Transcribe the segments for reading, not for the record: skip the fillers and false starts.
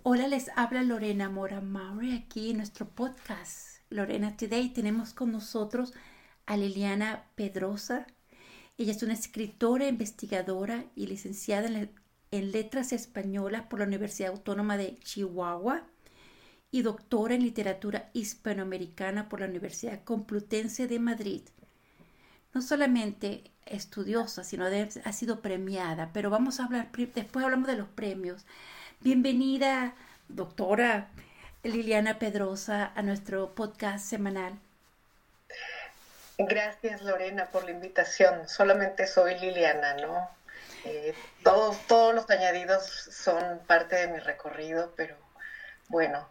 Hola, les habla Lorena Mora Maury aquí en nuestro podcast Lorena Today. Tenemos con nosotros a Liliana Pedrosa. Ella es una escritora, investigadora y licenciada en Letras Españolas por la Universidad Autónoma de Chihuahua y doctora en Literatura Hispanoamericana por la Universidad Complutense de Madrid. No solamente estudiosa, sino ha sido premiada, pero vamos a hablar, después hablamos de los premios. Bienvenida, doctora Liliana Pedrosa, a nuestro podcast semanal. Gracias, Lorena, por la invitación. Solamente soy Liliana, ¿no? Todos los añadidos son parte de mi recorrido, pero bueno,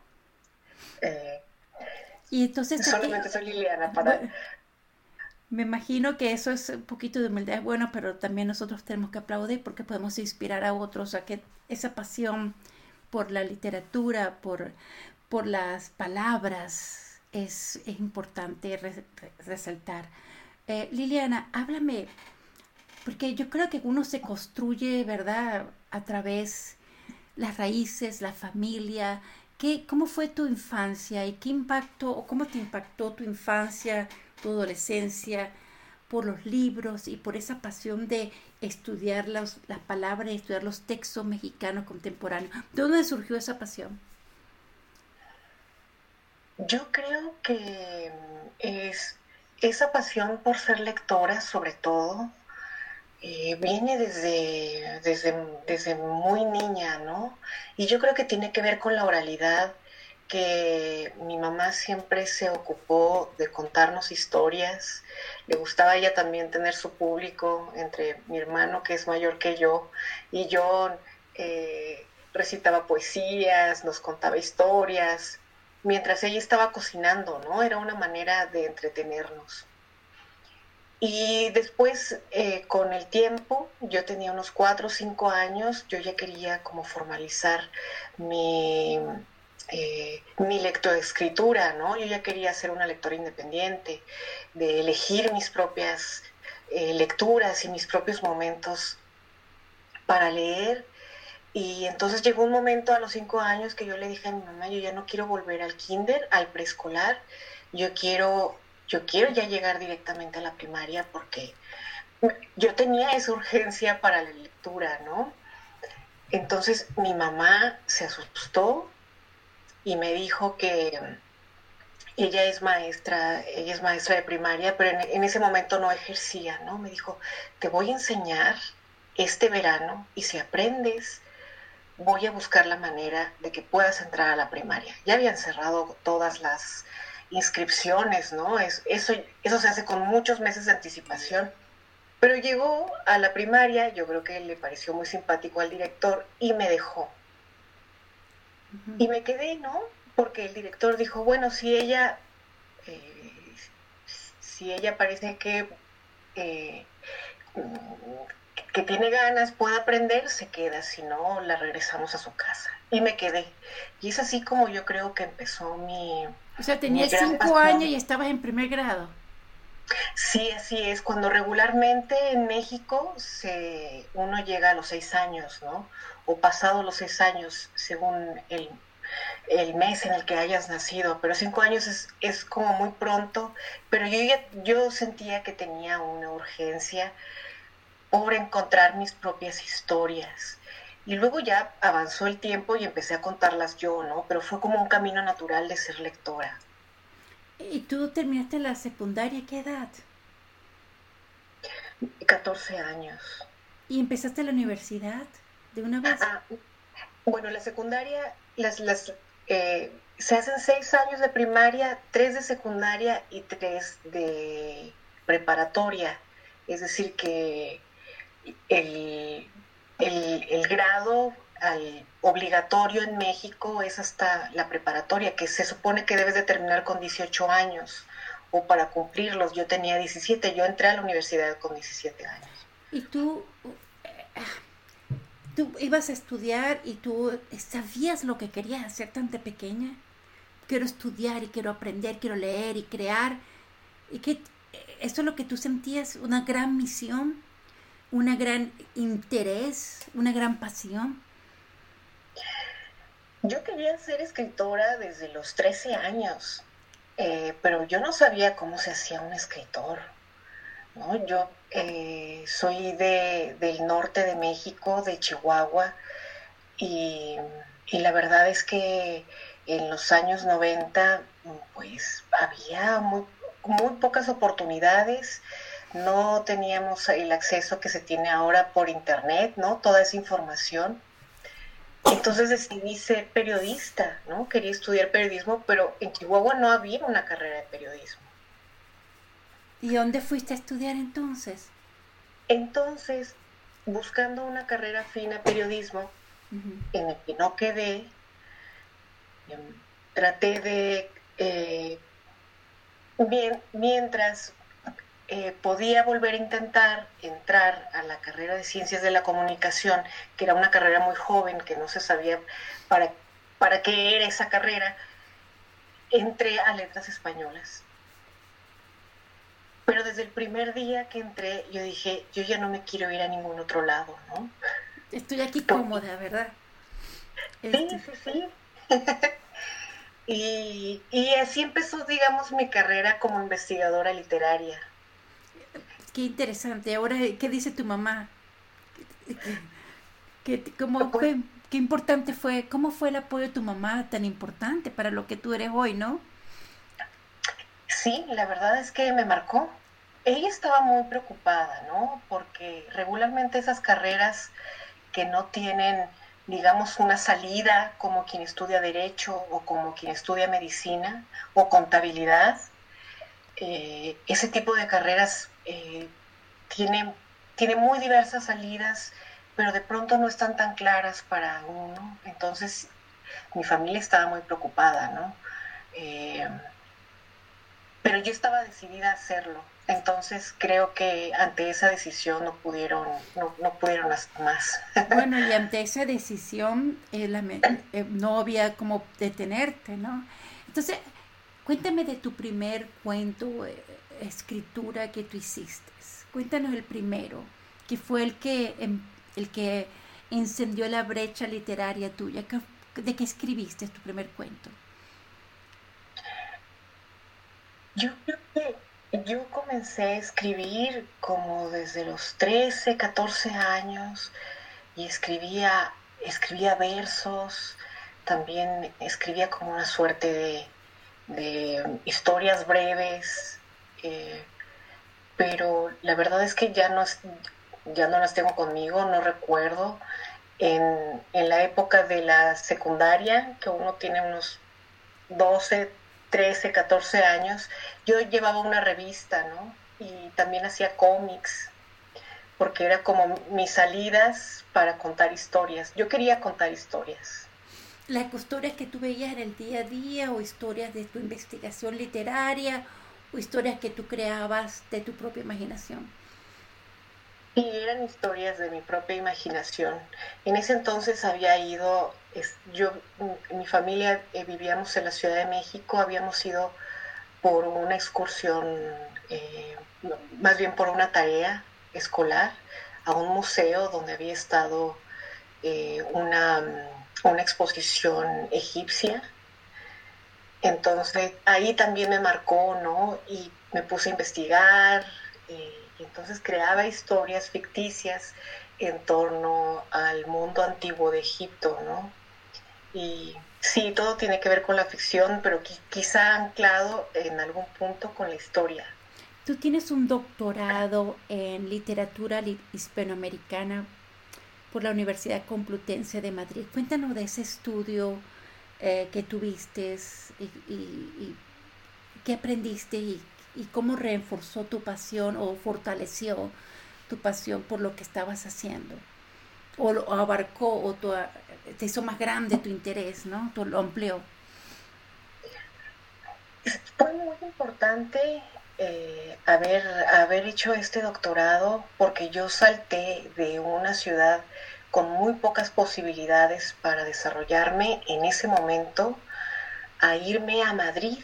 Y entonces solamente soy Liliana bueno, me imagino que eso es un poquito de humildad, bueno, pero también nosotros tenemos que aplaudir porque podemos inspirar a otros a que esa pasión por la literatura, por las palabras, es importante resaltar. Liliana, háblame, porque yo creo que uno se construye, ¿verdad?, a través las raíces, la familia. ¿Cómo fue tu infancia y qué impacto o cómo te impactó tu infancia, tu adolescencia, por los libros y por esa pasión de estudiar las palabras y estudiar los textos mexicanos contemporáneos? ¿De dónde surgió esa pasión? yo creo que es esa pasión por ser lectora, sobre todo, viene desde muy niña, ¿no? Y yo creo que tiene que ver con la oralidad, que mi mamá siempre se ocupó de contarnos historias. Le gustaba a ella también tener su público entre mi hermano, que es mayor que yo, y yo recitaba poesías, nos contaba historias, mientras ella estaba cocinando, ¿no? Era una manera de entretenernos. Y después, con el tiempo, yo tenía unos 4 o 5 años, yo ya quería como formalizar mi, mi lectoescritura, ¿no? Yo ya quería ser una lectora independiente, de elegir mis propias lecturas y mis propios momentos para leer. Y entonces llegó un momento a los 5 años que yo le dije a mi mamá, yo ya no quiero volver al kinder, al preescolar, yo quiero, yo quiero ya llegar directamente a la primaria porque yo tenía esa urgencia para la lectura, ¿no? Entonces mi mamá se asustó y me dijo que ella es maestra de primaria, pero en ese momento no ejercía, ¿no? Me dijo, te voy a enseñar este verano y si aprendes voy a buscar la manera de que puedas entrar a la primaria. Ya habían cerrado todas las inscripciones, ¿no? Eso se hace con muchos meses de anticipación. Pero llegó a la primaria, yo creo que le pareció muy simpático al director y me dejó. Uh-huh. Y me quedé, ¿no? Porque el director dijo, bueno, eh, si ella parece eh, que tiene ganas, puede aprender, se queda, si no, la regresamos a su casa. Y me quedé. Y es así como yo creo que empezó O sea, mi tenías gran 5 años pasión. y estabas en primer grado. Sí, así es. Cuando regularmente en México uno llega a los 6 años, ¿no? O pasado los 6 años, según el mes en el que hayas nacido. Pero 5 años es como muy pronto. Pero yo sentía que tenía una urgencia por encontrar mis propias historias. Y luego ya avanzó el tiempo y empecé a contarlas yo, ¿no? Pero fue como un camino natural de ser lectora. ¿Y tú terminaste la secundaria a qué edad? 14 años. ¿Y empezaste la universidad de una vez? Ah, bueno, la secundaria, se hacen 6 años de primaria, 3 de secundaria y 3 de preparatoria. Es decir, que el, el grado obligatorio en México es hasta la preparatoria, que se supone que debes de terminar con 18 años, o para cumplirlos. Yo tenía 17, yo entré a la universidad con 17 años. ¿Y tú ibas a estudiar y tú sabías lo que querías hacer tan de pequeña? Quiero estudiar y quiero aprender, quiero leer y crear. ¿Y que eso es lo que tú sentías? ¿Una gran misión? ¿Una gran interés? ¿Una gran pasión? Yo quería ser escritora desde los 13 años, pero yo no sabía cómo se hacía un escritor, ¿no? Yo soy del norte de México, de Chihuahua, y, y la verdad es que en los años 90 pues había muy pocas oportunidades, no teníamos el acceso que se tiene ahora por internet, ¿no? Toda esa información. Entonces decidí ser periodista, ¿no? Quería estudiar periodismo, pero en Chihuahua no había una carrera de periodismo. ¿Y dónde fuiste a estudiar entonces? Entonces, buscando una carrera afín a periodismo, Ujú. en el que no quedé, traté de, mientras podía volver a intentar entrar a la carrera de Ciencias de la Comunicación, que era una carrera muy joven, que no se sabía para, para qué era esa carrera, entré a Letras Españolas. Pero desde el primer día que entré, yo dije, yo ya no me quiero ir a ningún otro lado, ¿no? Estoy aquí Porque, cómoda, ¿verdad? sí, Este, sí, sí. Y así empezó, digamos, mi carrera como investigadora literaria. qué interesante. Ahora, ¿qué dice tu mamá? Cómo, Pues qué importante fue, cómo fue el apoyo de tu mamá tan importante para lo que tú eres hoy, ¿no? sí, la verdad es que me marcó. Ella estaba muy preocupada, ¿no? Porque regularmente esas carreras que no tienen, digamos, una salida como quien estudia derecho o como quien estudia medicina o contabilidad, ese tipo de carreras tiene, tiene muy diversas salidas, pero de pronto no están tan claras para uno. Entonces, mi familia estaba muy preocupada, ¿no? Eh, pero yo estaba decidida a hacerlo. Entonces creo que ante esa decisión no pudieron hasta más. Bueno, y ante esa decisión no había como detenerte, ¿no? Entonces, cuéntame de tu primer cuento, escritura que tú hiciste. Cuéntanos el primero, que fue el que encendió la brecha literaria tuya. ¿De qué escribiste tu primer cuento? Yo creo que yo comencé a escribir como desde los 13, 14 años y escribía versos, también escribía como una suerte de historias breves, eh, pero la verdad es que ya no las tengo conmigo, no recuerdo. En la época de la secundaria, que uno tiene unos 12, 13, 14 años, yo llevaba una revista, ¿no? Y también hacía cómics, porque era como mis salidas para contar historias. Yo quería contar historias. ¿Las historias que tú veías en el día a día o historias de tu investigación literaria o historias que tú creabas de tu propia imaginación? Y eran historias de mi propia imaginación. En ese entonces había ido, mi familia vivíamos en la Ciudad de México, habíamos ido por una excursión, más bien por una tarea escolar, a un museo donde había estado una exposición egipcia. Entonces ahí también me marcó, ¿no? Y me puse a investigar, y entonces creaba historias ficticias en torno al mundo antiguo de Egipto, ¿no? Y sí, todo tiene que ver con la ficción, pero quizá anclado en algún punto con la historia. Tú tienes un doctorado en literatura hispanoamericana por la Universidad Complutense de Madrid. Cuéntanos de ese estudio que tuviste y qué aprendiste y cómo reforzó tu pasión o fortaleció tu pasión por lo que estabas haciendo. O lo abarcó te hizo más grande tu interés, ¿no? Lo amplió. Fue muy importante haber hecho este doctorado porque yo salté de una ciudad con muy pocas posibilidades para desarrollarme en ese momento a irme a Madrid,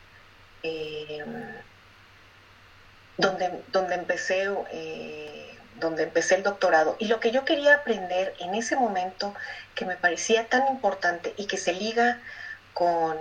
eh, donde empecé donde empecé el doctorado. Y lo que yo quería aprender en ese momento, que me parecía tan importante y que se liga con,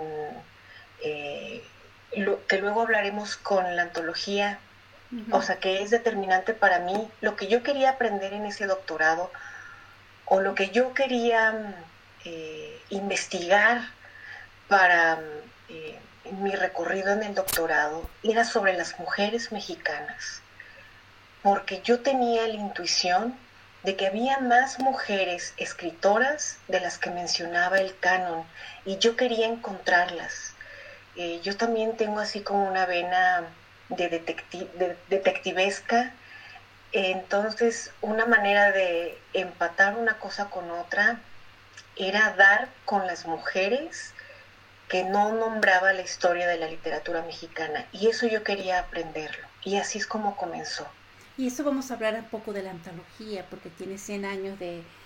que luego hablaremos con la antología, o sea, que es determinante para mí, lo que yo quería aprender en ese doctorado, o lo que yo quería investigar para mi recorrido en el doctorado, era sobre las mujeres mexicanas, porque yo tenía la intuición de que había más mujeres escritoras de las que mencionaba el canon, y yo quería encontrarlas. Yo también tengo así como una vena de detectivesca, entonces una manera de empatar una cosa con otra era dar con las mujeres que no nombraba la historia de la literatura mexicana, y eso yo quería aprenderlo, y así es como comenzó. Y eso vamos a hablar un poco de la antología, porque tiene 100 años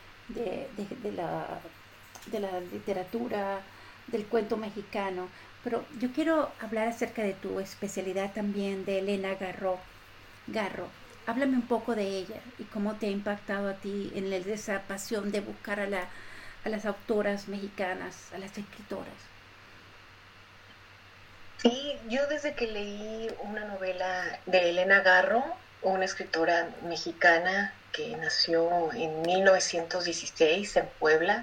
de la literatura, del cuento mexicano. Pero yo quiero hablar acerca de tu especialidad también, de Elena Garro. Háblame un poco de ella y cómo te ha impactado a ti en esa pasión de buscar a las autoras mexicanas, a las escritoras. Sí, yo desde que leí una novela de Elena Garro, una escritora mexicana que nació en 1916 en Puebla,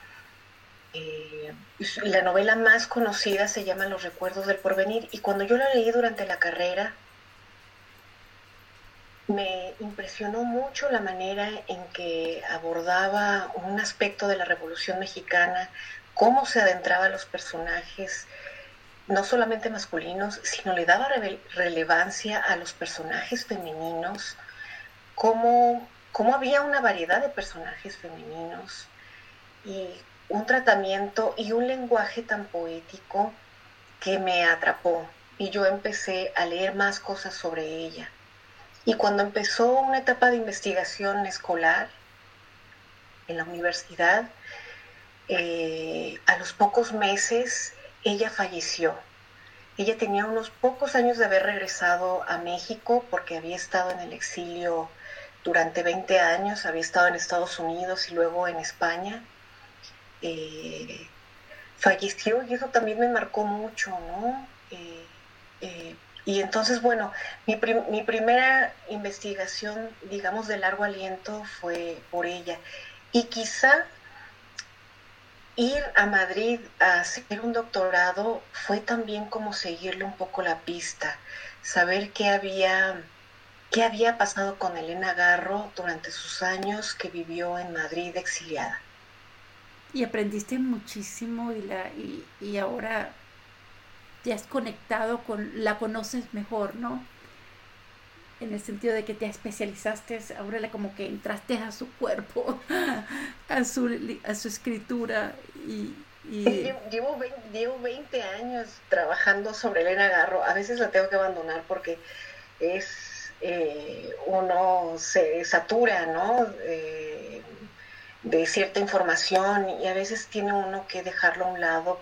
la novela más conocida se llama Los recuerdos del porvenir, y cuando yo la leí durante la carrera, me impresionó mucho la manera en que abordaba un aspecto de la Revolución Mexicana, cómo se adentraba a los personajes, no solamente masculinos, sino le daba relevancia a los personajes femeninos, cómo había una variedad de personajes femeninos y un tratamiento y un lenguaje tan poético que me atrapó, y yo empecé a leer más cosas sobre ella. Y cuando empezó una etapa de investigación escolar en la universidad, a los pocos meses ella falleció. Ella tenía unos pocos años de haber regresado a México, porque había estado en el exilio durante 20 años, había estado en Estados Unidos y luego en España. Falleció, y eso también me marcó mucho, ¿no? Y entonces, bueno, mi primera investigación, digamos, de largo aliento fue por ella. Y quizá ir a Madrid a hacer un doctorado fue también como seguirle un poco la pista, saber qué había pasado con Elena Garro durante sus años que vivió en Madrid exiliada. Y aprendiste muchísimo y ahora te has conectado la conoces mejor, ¿no? En el sentido de que te especializaste, ahora como que entraste a su cuerpo, a su escritura y Llevo 20 años trabajando sobre Elena Garro. A veces la tengo que abandonar porque uno se satura, ¿no? De cierta información, y a veces tiene uno que dejarlo a un lado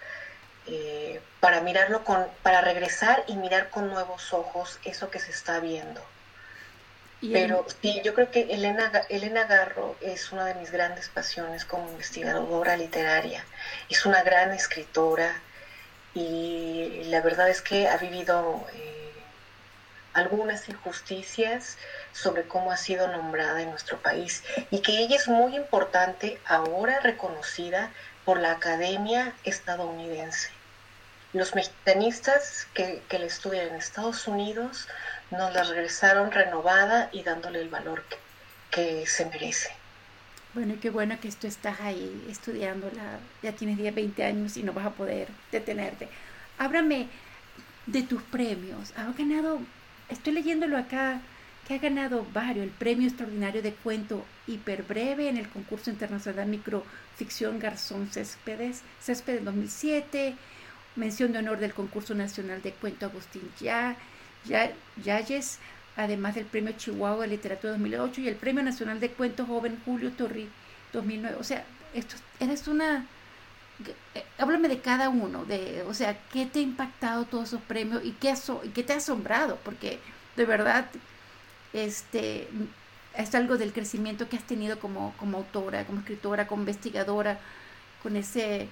para mirarlo para regresar y mirar con nuevos ojos eso que se está viendo. Pero sí, yo creo que Elena Garro es una de mis grandes pasiones como investigadora literaria. Es una gran escritora, y la verdad es que ha vivido algunas injusticias sobre cómo ha sido nombrada en nuestro país, y que ella es muy importante, ahora reconocida por la Academia estadounidense. Los mexicanistas que la estudian en Estados Unidos nos la regresaron renovada y dándole el valor que se merece. Bueno, qué bueno que tú estás ahí estudiándola, ya tienes 10, 20 años y no vas a poder detenerte. Háblame de tus premios. Has ganado, estoy leyéndolo acá, que ha ganado varios, el Premio Extraordinario de Cuento Hiperbreve en el concurso internacional Microficción Garzón Céspedes 2007, mención de honor del concurso nacional de cuento Agustín Yáñez, además del Premio Chihuahua de Literatura 2008 y el Premio Nacional de Cuento Joven Julio Torri 2009. O sea, eres una... Háblame de cada uno, o sea, ¿qué te ha impactado todos esos premios y qué te ha asombrado? Porque de verdad, es algo del crecimiento que has tenido como autora, como escritora, como investigadora, con ese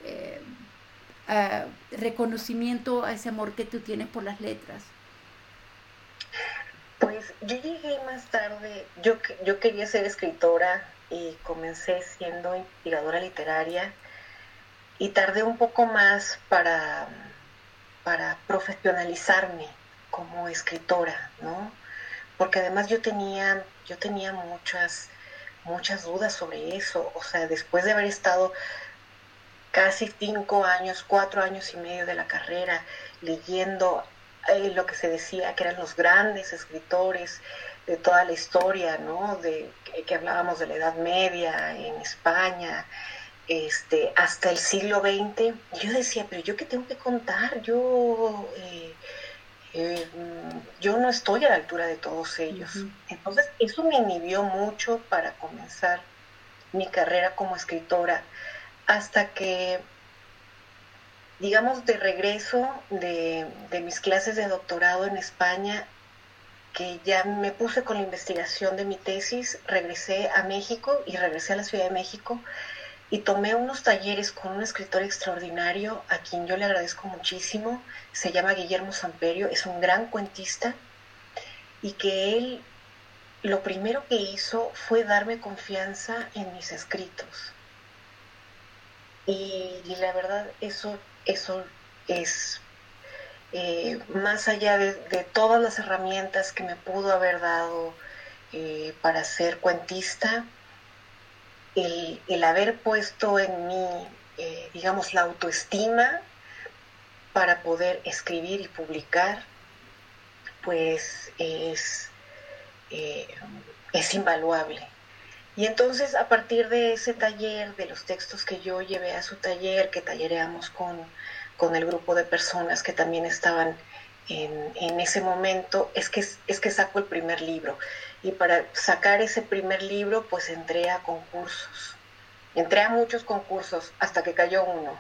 reconocimiento a ese amor que tú tienes por las letras. Pues yo llegué más tarde, yo quería ser escritora y comencé siendo investigadora literaria y tardé un poco más para profesionalizarme como escritora, ¿no? Porque además yo tenía muchas dudas sobre eso, o sea, después de haber estado casi 5 años, 4 años y medio de la carrera leyendo lo que se decía que eran los grandes escritores de toda la historia, ¿no? Que hablábamos de la Edad Media en España, hasta el siglo XX. Y yo decía, pero yo qué tengo que contar, yo no estoy a la altura de todos ellos. Uh-huh. Entonces, eso me inhibió mucho para comenzar mi carrera como escritora, hasta que, digamos, de regreso de mis clases de doctorado en España, que ya me puse con la investigación de mi tesis, regresé a México y regresé a la Ciudad de México y tomé unos talleres con un escritor extraordinario a quien yo le agradezco muchísimo. Se llama Guillermo Samperio, es un gran cuentista, y que él lo primero que hizo fue darme confianza en mis escritos. Y la verdad, eso es, más allá de todas las herramientas que me pudo haber dado para ser cuentista, el haber puesto en mí, digamos, la autoestima para poder escribir y publicar, pues eh, es invaluable. Y entonces, a partir de ese taller, de los textos que yo llevé a su taller, que tallereamos con el grupo de personas que también estaban en ese momento, es que saco el primer libro. Y para sacar ese primer libro, pues entré a concursos. Entré a muchos concursos hasta que cayó uno.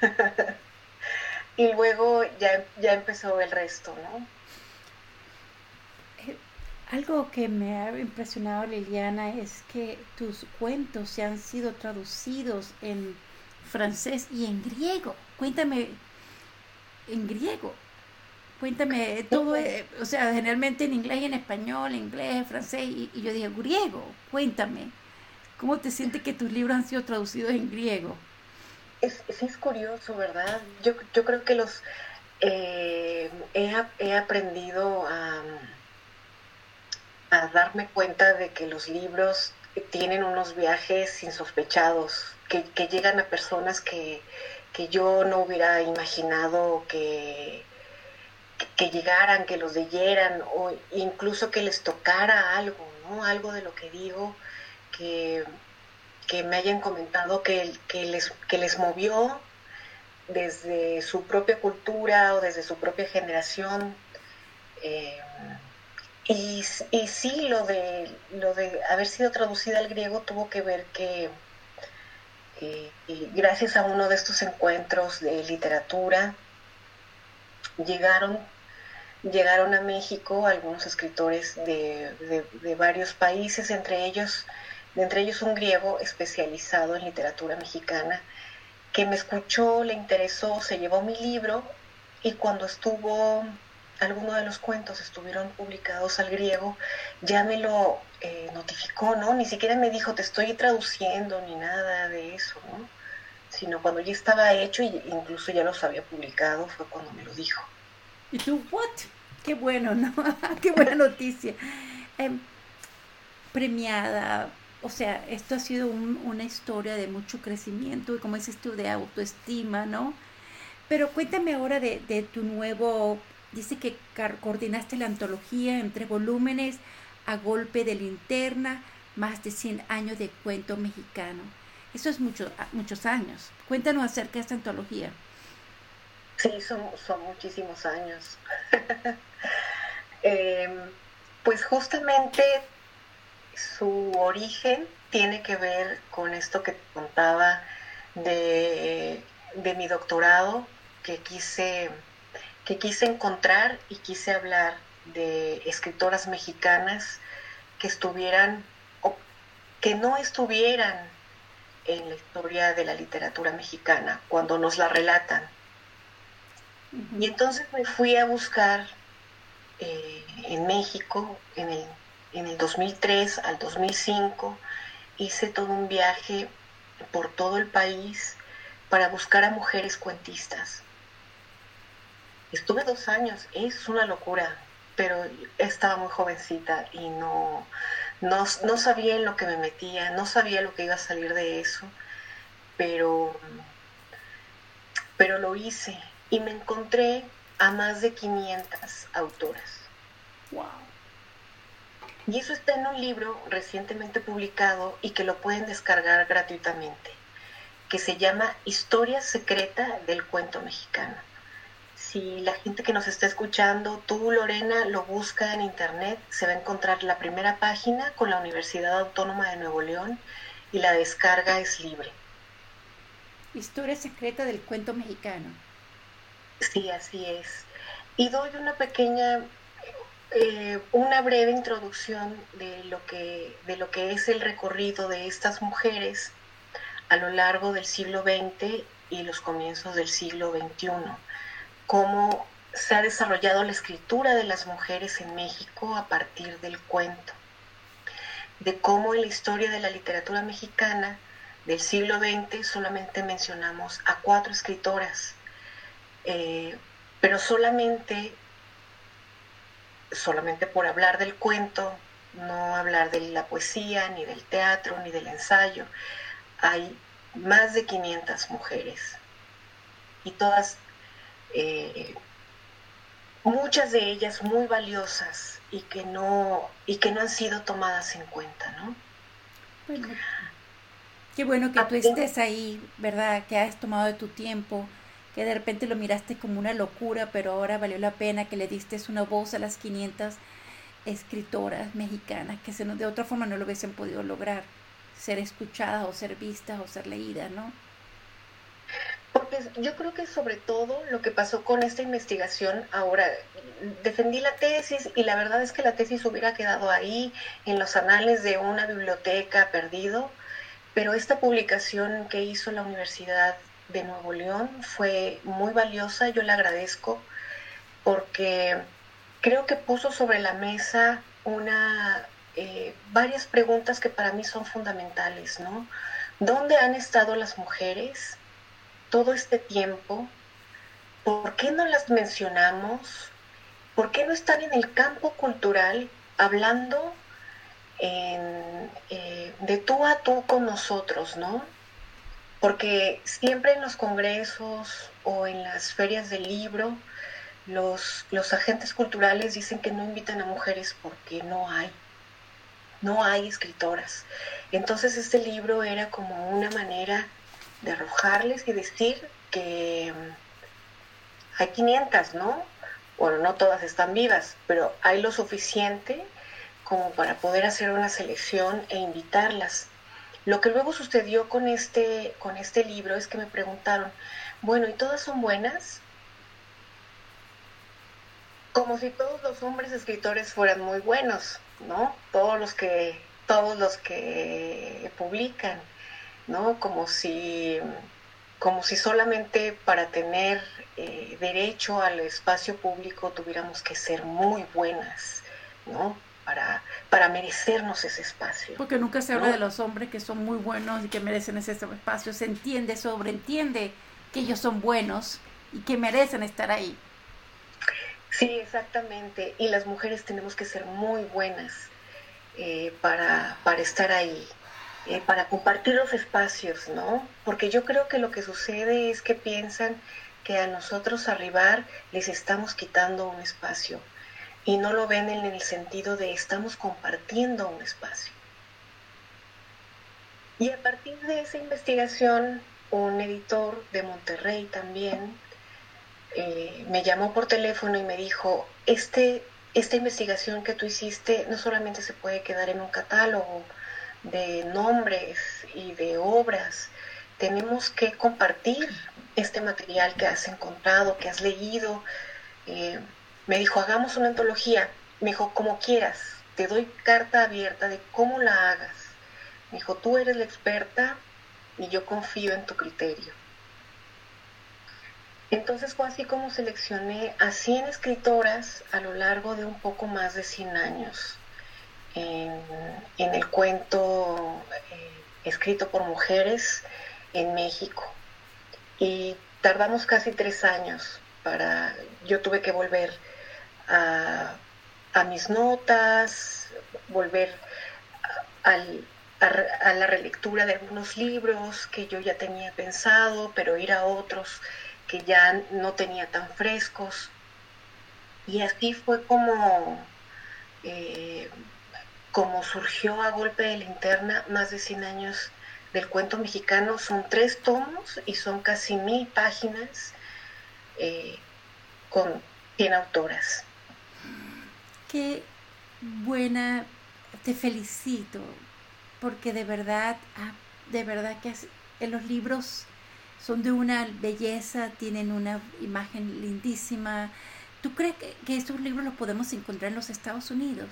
Y luego ya empezó el resto, ¿no? Algo que me ha impresionado, Liliana, es que tus cuentos se han sido traducidos en francés y en griego. Cuéntame, en griego. Cuéntame todo, o sea, generalmente en inglés y en español, inglés, francés, y yo dije, griego, cuéntame, ¿cómo te sientes que tus libros han sido traducidos en griego? Sí, es curioso, ¿verdad? Yo creo que he aprendido a darme cuenta de que los libros tienen unos viajes insospechados, que llegan a personas que yo no hubiera imaginado que llegaran, que los leyeran, o incluso que les tocara algo, ¿no? Algo de lo que digo, que, que me hayan comentado que les movió desde su propia cultura o desde su propia generación. Eh, y sí, lo de haber sido traducida al griego tuvo que ver que gracias a uno de estos encuentros de literatura llegaron, llegaron a México algunos escritores de varios países, entre ellos un griego especializado en literatura mexicana, que me escuchó, le interesó, se llevó mi libro, y cuando algunos de los cuentos estuvieron publicados al griego, ya me lo notificó, ¿no? Ni siquiera me dijo, te estoy traduciendo, ni nada de eso, ¿no? Sino cuando ya estaba hecho, e incluso ya los había publicado, fue cuando me lo dijo. Y tú, ¿what? Qué bueno, ¿no? Qué buena noticia. Eh, Premiada, o sea, esto ha sido una historia de mucho crecimiento y como dices tú, de autoestima, ¿no? Pero cuéntame ahora de tu nuevo, dice que coordinaste la antología en 3 volúmenes, A golpe de linterna, más de 100 años de cuento mexicano. Eso es muchos años. Cuéntanos acerca de esta antología. Sí, son muchísimos años. Eh, pues justamente su origen tiene que ver con esto que te contaba de mi doctorado, que quise encontrar y quise hablar de escritoras mexicanas que estuvieran o que no estuvieran en la historia de la literatura mexicana cuando nos la relatan. Y entonces me fui a buscar en México en el 2003 al 2005, hice todo un viaje por todo el país para buscar a mujeres cuentistas. Estuve 2 años, es una locura, pero estaba muy jovencita y no sabía en lo que me metía, no sabía lo que iba a salir de eso, pero lo hice y me encontré a más de 500 autoras. Wow. Y eso está en un libro recientemente publicado y que lo pueden descargar gratuitamente, que se llama Historia Secreta del Cuento Mexicano. Si la gente que nos está escuchando, tú Lorena, lo busca en internet, se va a encontrar la primera página con la Universidad Autónoma de Nuevo León y la descarga es libre. Historia secreta del cuento mexicano. Sí, así es. Y doy una pequeña, una breve introducción de lo que es el recorrido de estas mujeres a lo largo del siglo XX y los comienzos del siglo XXI. Cómo se ha desarrollado la escritura de las mujeres en México a partir del cuento. De cómo en la historia de la literatura mexicana del siglo XX solamente mencionamos a 4 escritoras, pero solamente por hablar del cuento, no hablar de la poesía, ni del teatro, ni del ensayo. Hay más de 500 mujeres y todas, muchas de ellas muy valiosas y que no han sido tomadas en cuenta, ¿no? Bueno, qué bueno que tú estés ahí, ¿verdad? Que has tomado de tu tiempo, que de repente lo miraste como una locura, pero ahora valió la pena que le diste una voz a las 500 escritoras mexicanas que de otra forma no lo hubiesen podido lograr, ser escuchadas o ser vistas o ser leídas, ¿no? Porque yo creo que sobre todo lo que pasó con esta investigación, ahora defendí la tesis y la verdad es que la tesis hubiera quedado ahí en los anales de una biblioteca perdido, pero esta publicación que hizo la Universidad de Nuevo León fue muy valiosa, yo la agradezco porque creo que puso sobre la mesa varias preguntas que para mí son fundamentales, ¿no? ¿Dónde han estado las mujeres todo este tiempo? ¿Por qué no las mencionamos? ¿Por qué no están en el campo cultural hablando de tú a tú con nosotros, ¿no? Porque siempre en los congresos o en las ferias del libro, los agentes culturales dicen que no invitan a mujeres porque no hay escritoras. Entonces este libro era como una manera de arrojarles y decir que hay 500, ¿no? Bueno, no todas están vivas, pero hay lo suficiente como para poder hacer una selección e invitarlas. Lo que luego sucedió con este libro es que me preguntaron, bueno, ¿y todas son buenas? Como si todos los hombres escritores fueran muy buenos, ¿no? Todos los que publican, ¿no? Como si solamente para tener derecho al espacio público tuviéramos que ser muy buenas, ¿no? Para merecernos ese espacio. Porque nunca se habla ¿no? de los hombres que son muy buenos y que merecen ese espacio. Se sobreentiende que ellos son buenos y que merecen estar ahí. Sí, exactamente. Y las mujeres tenemos que ser muy buenas para estar ahí, para compartir los espacios, ¿no? Porque yo creo que lo que sucede es que piensan que a nosotros arribar les estamos quitando un espacio y no lo ven en el sentido de estamos compartiendo un espacio. Y a partir de esa investigación, un editor de Monterrey también me llamó por teléfono y me dijo, esta investigación que tú hiciste no solamente se puede quedar en un catálogo de nombres y de obras, tenemos que compartir este material que has encontrado, que has leído. Me dijo, hagamos una antología. Me dijo, como quieras, te doy carta abierta de cómo la hagas. Me dijo, tú eres la experta y yo confío en tu criterio. Entonces fue así como seleccioné a 100 escritoras a lo largo de un poco más de 100 años en el cuento escrito por mujeres en México. Y tardamos casi 3 años yo tuve que volver a mis notas, volver al, a la relectura de algunos libros que yo ya tenía pensado, pero ir a otros que ya no tenía tan frescos. Y así fue como surgió a golpe de linterna más de 100 años del cuento mexicano. Son 3 tomos y son casi 1000 páginas con 100 autoras. Qué buena, te felicito, porque de verdad que los libros son de una belleza, tienen una imagen lindísima. ¿Tú crees que estos libros los podemos encontrar en los Estados Unidos?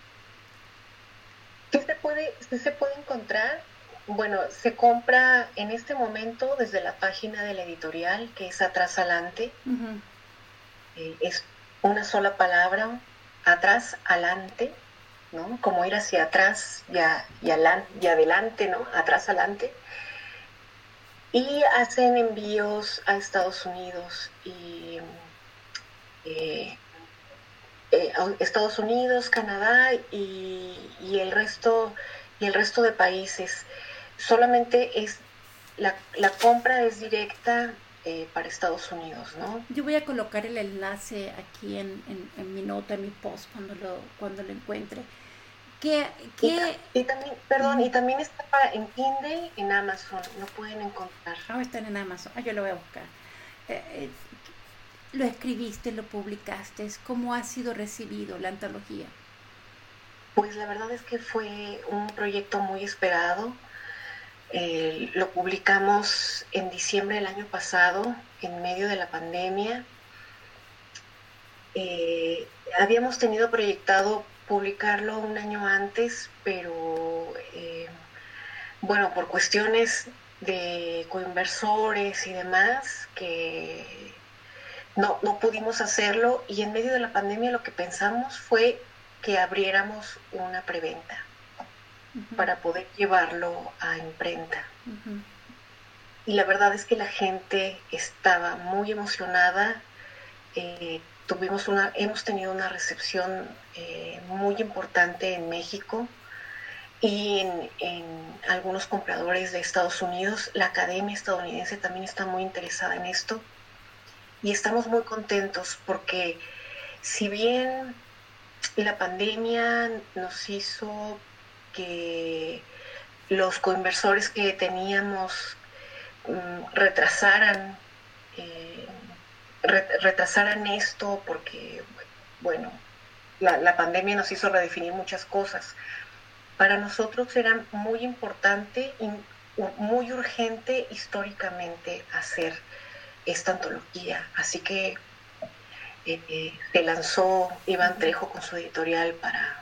¿Qué se puede encontrar? Bueno, se compra en este momento desde la página de la editorial, que es Atrás Alante. Uh-huh. Es una sola palabra, atrás, alante, ¿no? Como ir hacia atrás y adelante, ¿no? Atrás, alante. Y hacen envíos a Estados Unidos y Estados Unidos, Canadá y el resto de países. Solamente la compra es directa para Estados Unidos, ¿no? Yo voy a colocar el enlace aquí en mi nota, en mi post, cuando lo encuentre. Y también, perdón, y también está en Kindle, en Amazon, lo pueden encontrar. Están en Amazon. Yo lo voy a buscar. ¿Lo escribiste, lo publicaste? ¿Cómo ha sido recibido la antología? Pues la verdad es que fue un proyecto muy esperado. Lo publicamos en diciembre del año pasado, en medio de la pandemia. Habíamos tenido proyectado publicarlo un año antes, pero bueno, por cuestiones de coinversores y demás, que no pudimos hacerlo, y en medio de la pandemia lo que pensamos fue que abriéramos una preventa uh-huh. para poder llevarlo a imprenta. Uh-huh. Y la verdad es que la gente estaba muy emocionada. Hemos tenido una recepción muy importante en México y en algunos compradores de Estados Unidos. La academia estadounidense también está muy interesada en esto. Y estamos muy contentos porque si bien la pandemia nos hizo que los coinversores que teníamos retrasaran esto, porque, bueno, la pandemia nos hizo redefinir muchas cosas. Para nosotros era muy importante y muy urgente históricamente hacer esta antología, así que se lanzó Iván Trejo con su editorial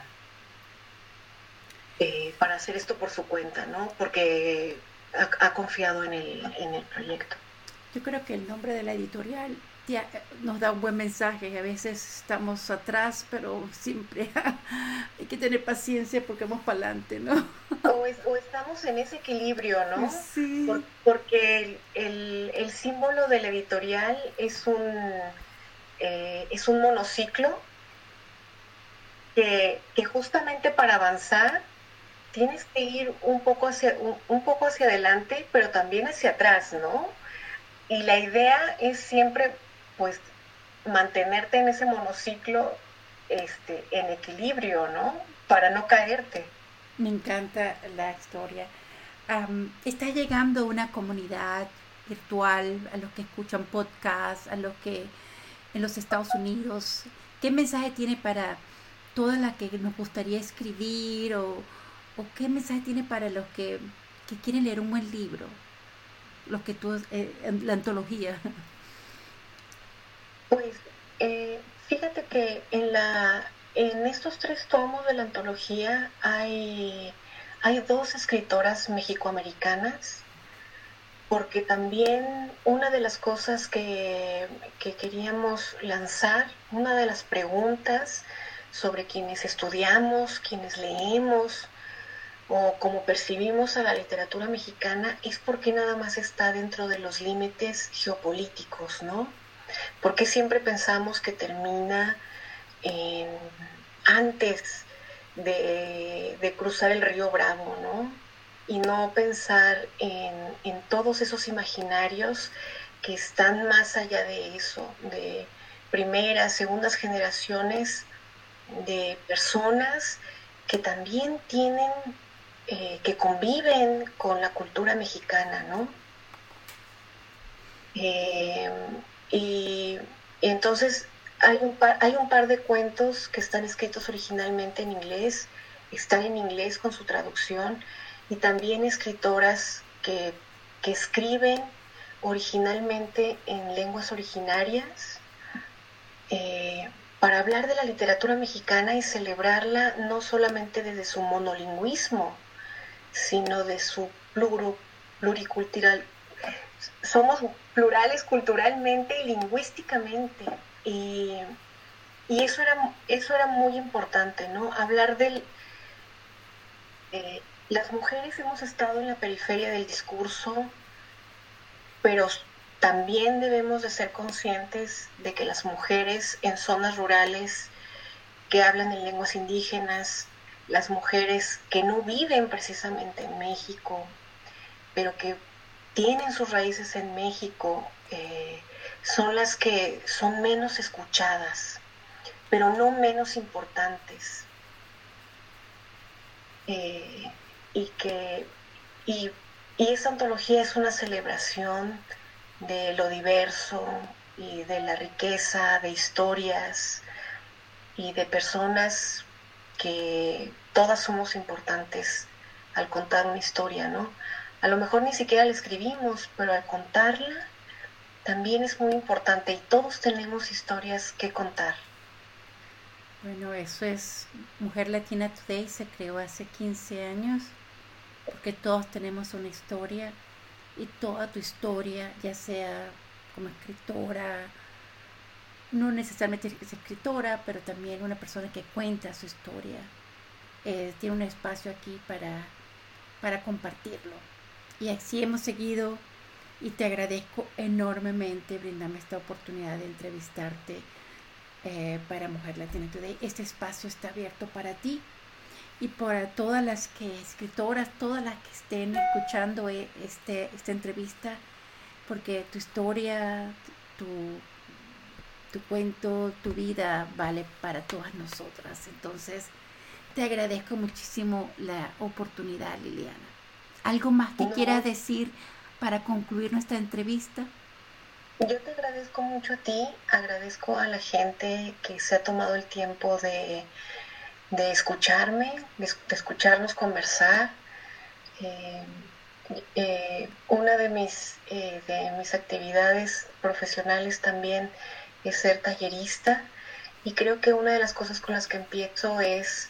para hacer esto por su cuenta, ¿no? Porque ha confiado en el proyecto. Yo creo que el nombre de la editorial nos da un buen mensaje. A veces estamos atrás, pero siempre hay que tener paciencia porque vamos para adelante, ¿no? O estamos en ese equilibrio, ¿no? Sí. Porque el símbolo de la editorial es un monociclo que justamente para avanzar tienes que ir un poco hacia adelante, pero también hacia atrás, ¿no? Y la idea es siempre, pues, mantenerte en ese monociclo en equilibrio, ¿no? Para no caerte. Me encanta la historia. Está llegando una comunidad virtual, a los que escuchan podcasts, a los que en los Estados Unidos. ¿Qué mensaje tiene para todas las que nos gustaría escribir o qué mensaje tiene para los que quieren leer un buen libro? Los que la antología. Pues fíjate que en la en estos 3 tomos de la antología hay 2 escritoras mexicoamericanas, porque también una de las cosas que queríamos lanzar, una de las preguntas sobre quienes estudiamos, quienes leemos o cómo percibimos a la literatura mexicana es por qué nada más está dentro de los límites geopolíticos, ¿no? Porque siempre pensamos que termina en, antes de cruzar el río Bravo, ¿no? Y no pensar en todos esos imaginarios que están más allá de eso, de primeras, segundas generaciones de personas que también tienen, que conviven con la cultura mexicana, ¿no? Eh, y entonces hay un par de cuentos que están escritos originalmente en inglés, están en inglés con su traducción, y también escritoras que escriben originalmente en lenguas originarias, eh, para hablar de la literatura mexicana y celebrarla no solamente desde su monolingüismo, sino de su pluricultural. Somos plurales culturalmente y lingüísticamente, y, y eso era muy importante, ¿no? Hablar del... las mujeres hemos estado en la periferia del discurso, pero también debemos de ser conscientes de que las mujeres en zonas rurales que hablan en lenguas indígenas, las mujeres que no viven precisamente en México, pero que tienen sus raíces en México, son las que son menos escuchadas, pero no menos importantes. Eh, y que y, y esa antología es una celebración de lo diverso y de la riqueza de historias y de personas que todas somos importantes al contar una historia, ¿no? A lo mejor ni siquiera la escribimos, pero al contarla también es muy importante, y todos tenemos historias que contar. Bueno, eso es Mujer Latina Today, se creó hace 15 años porque todos tenemos una historia, y toda tu historia, ya sea como escritora, no necesariamente es escritora, pero también una persona que cuenta su historia, tiene un espacio aquí para compartirlo. Y así hemos seguido, y te agradezco enormemente brindarme esta oportunidad de entrevistarte para Mujer Latina Today. Este espacio está abierto para ti y para todas las escritoras, todas las que estén escuchando esta entrevista, porque tu historia, tu, tu cuento, tu vida vale para todas nosotras. Entonces, te agradezco muchísimo la oportunidad, Liliana. ¿Algo más que quieras decir para concluir nuestra entrevista? Yo te agradezco mucho a ti, agradezco a la gente que se ha tomado el tiempo de escucharme, de escucharnos conversar. Eh, una de mis actividades profesionales también es ser tallerista, y creo que una de las cosas con las que empiezo es,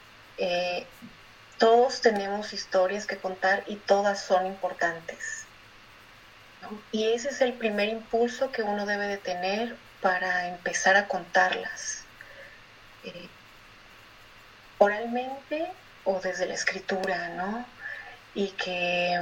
todos tenemos historias que contar y todas son importantes, ¿no? Y ese es el primer impulso que uno debe de tener para empezar a contarlas, oralmente o desde la escritura, ¿no? Y que...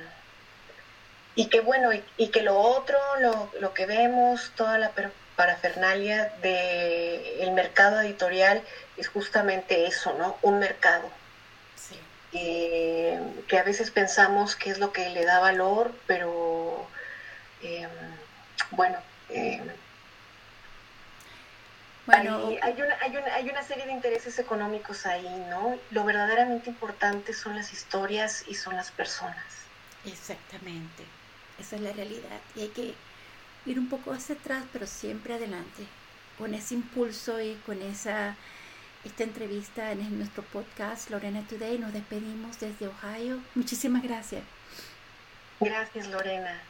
Y que bueno, y que lo otro, lo que vemos, toda la parafernalia del mercado editorial es justamente eso, ¿no? Un mercado. Sí. Que a veces pensamos que es lo que le da valor, pero bueno, Bueno, hay una serie de intereses económicos ahí, ¿no? Lo verdaderamente importante son las historias y son las personas. exactamente. Esa es la realidad. Y hay que ir un poco hacia atrás, pero siempre adelante. Con ese impulso y con esta entrevista en nuestro podcast Lorena Today, nos despedimos desde Ohio. Muchísimas gracias. Gracias, Lorena.